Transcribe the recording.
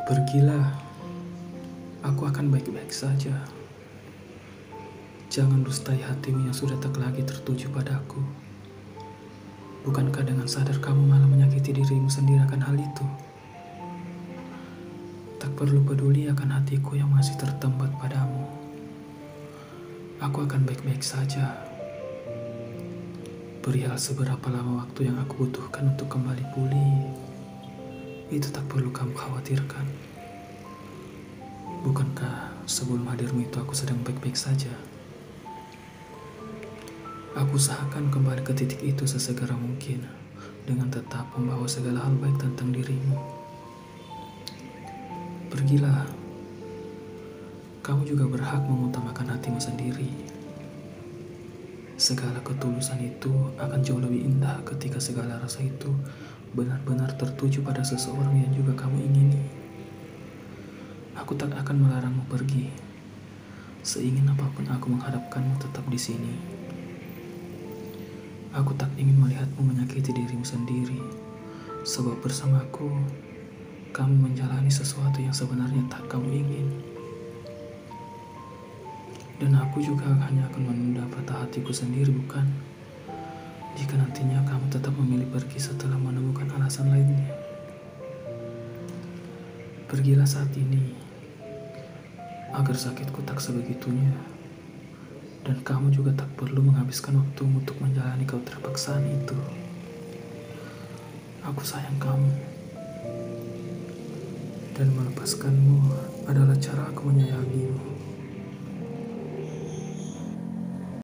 Pergilah, aku akan baik-baik saja. Jangan dustai hatimu yang sudah tak lagi tertuju padaku. Bukankah dengan sadar kamu malah menyakiti dirimu sendiri akan hal itu? Tak perlu peduli akan hatiku yang masih tertempat padamu. Aku akan baik-baik saja. Perihal seberapa lama waktu yang aku butuhkan untuk kembali pulih, itu tak perlu kamu khawatirkan. Bukankah sebelum hadirmu itu aku sedang baik-baik saja? Aku usahakan kembali ke titik itu sesegera mungkin, dengan tetap membawa segala hal baik tentang dirimu. Pergilah, kamu juga berhak mengutamakan hatimu sendiri. Segala ketulusan itu akan jauh lebih indah ketika segala rasa itu benar-benar tertuju pada seseorang yang juga kamu ingini. Aku tak akan melarangmu pergi. Seingin apapun aku menghadapkanmu tetap di sini. Aku tak ingin melihatmu menyakiti dirimu sendiri, sebab bersamaku, kamu menjalani sesuatu yang sebenarnya tak kamu ingin. Dan aku juga hanya akan menunda patah hatiku sendiri, bukan? Jika nantinya kamu tetap memilih pergi setelah menemukan alasan lainnya. Pergilah saat ini, agar sakitku tak sebegitunya. Dan kamu juga tak perlu menghabiskan waktumu untuk menjalani keterpaksaan itu. Aku sayang kamu. Dan melepaskanmu adalah cara aku menyayangimu.